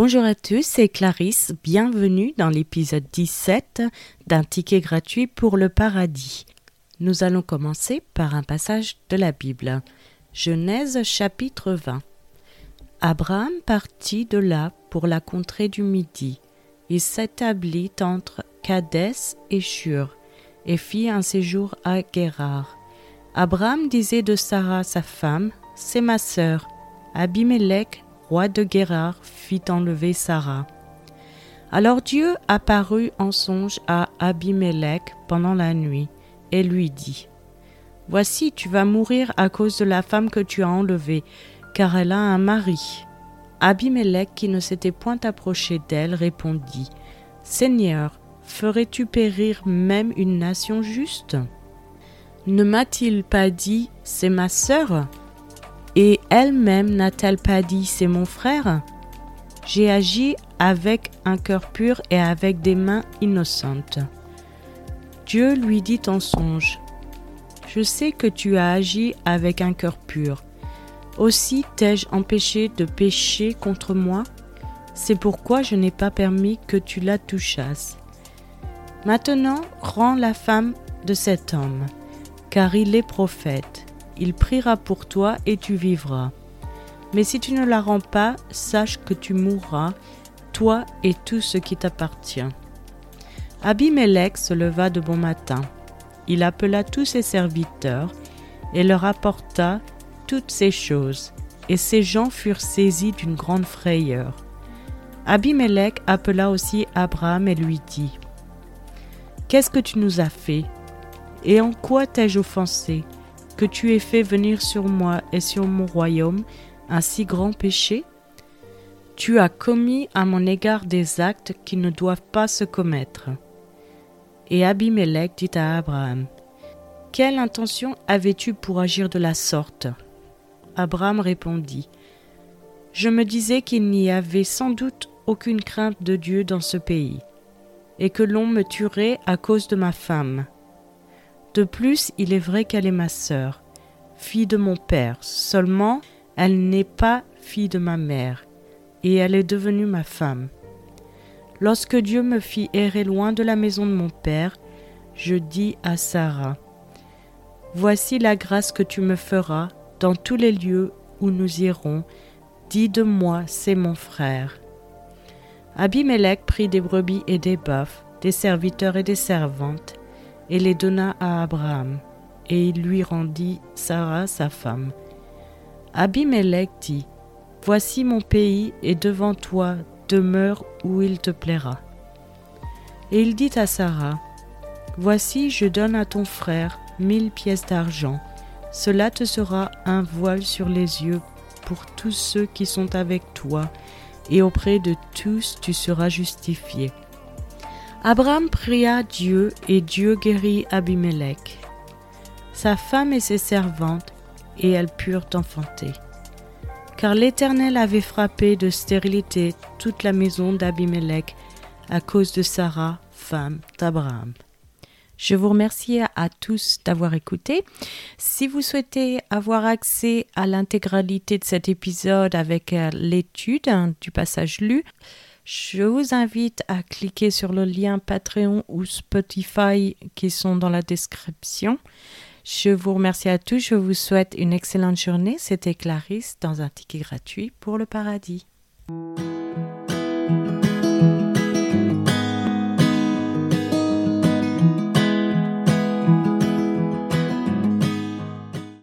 Bonjour à tous, c'est Clarisse. Bienvenue dans l'épisode 17 d'un ticket gratuit pour le paradis. Nous allons commencer par un passage de la Bible. Genèse chapitre 20. Abraham partit de là pour la contrée du Midi. Il s'établit entre Kadès et Shur et fit un séjour à Guérar. Abraham disait de Sarah sa femme, « C'est ma sœur. » Abimélec, roi de Guérar, fit enlever Sarah. Alors Dieu apparut en songe à Abimélec pendant la nuit et lui dit, « Voici, tu vas mourir à cause de la femme que tu as enlevée, car elle a un mari. » Abimélec, qui ne s'était point approché d'elle, répondit, « Seigneur, ferais-tu périr même une nation juste? Ne m'a-t-il pas dit, c'est ma sœur? Et elle-même n'a-t-elle pas dit, c'est mon frère? J'ai agi avec un cœur pur et avec des mains innocentes. » Dieu lui dit en songe, « Je sais que tu as agi avec un cœur pur. Aussi t'ai-je empêché de pécher contre moi? C'est pourquoi je n'ai pas permis que tu la touchasses. Maintenant, rends la femme de cet homme, car il est prophète. Il priera pour toi et tu vivras. Mais si tu ne la rends pas, sache que tu mourras, toi et tout ce qui t'appartient. » Abimélec se leva de bon matin. Il appela tous ses serviteurs et leur apporta toutes ces choses, et ces gens furent saisis d'une grande frayeur. Abimélec appela aussi Abraham et lui dit, « Qu'est-ce que tu nous as fait? Et en quoi t'ai-je offensé, que tu aies fait venir sur moi et sur mon royaume un si grand péché? Tu as commis à mon égard des actes qui ne doivent pas se commettre. » Et Abimélec dit à Abraham, « Quelle intention avais-tu pour agir de la sorte? » Abraham répondit, « Je me disais qu'il n'y avait sans doute aucune crainte de Dieu dans ce pays, et que l'on me tuerait à cause de ma femme. De plus, il est vrai qu'elle est ma sœur, fille de mon père, seulement elle n'est pas fille de ma mère, et elle est devenue ma femme. Lorsque Dieu me fit errer loin de la maison de mon père, je dis à Sarah, « Voici la grâce que tu me feras dans tous les lieux où nous irons, dis de moi, c'est mon frère. » Abimélec prit des brebis et des bœufs, des serviteurs et des servantes, et les donna à Abraham, et il lui rendit Sarah sa femme. Abimélec dit, « Voici mon pays, et devant toi demeure où il te plaira. » Et il dit à Sarah, « Voici, je donne à ton frère 1000 pièces d'argent. Cela te sera un voile sur les yeux pour tous ceux qui sont avec toi, et auprès de tous tu seras justifié. » Abraham pria Dieu, et Dieu guérit Abimélec, sa femme et ses servantes, et elles purent enfanter. Car l'Éternel avait frappé de stérilité toute la maison d'Abimélec à cause de Sarah, femme d'Abraham. Je vous remercie à tous d'avoir écouté. Si vous souhaitez avoir accès à l'intégralité de cet épisode avec l'étude du passage lu, je vous invite à cliquer sur le lien Patreon ou Spotify qui sont dans la description. Je vous remercie à tous. Je vous souhaite une excellente journée. C'était Clarisse dans un ticket gratuit pour le paradis.